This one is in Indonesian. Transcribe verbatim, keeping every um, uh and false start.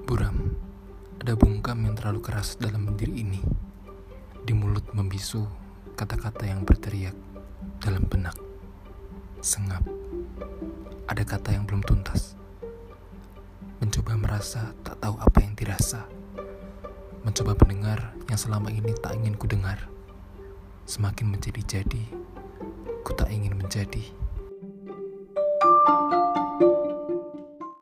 Buram, ada bungkam yang terlalu keras dalam diri ini. Di mulut membisu kata-kata yang berteriak dalam benak. Sengap, ada kata yang belum tuntas. Mencoba merasa tak tahu apa yang dirasa. Mencoba mendengar yang selama ini tak ingin ku dengar. Semakin menjadi-jadi, ku tak ingin menjadi.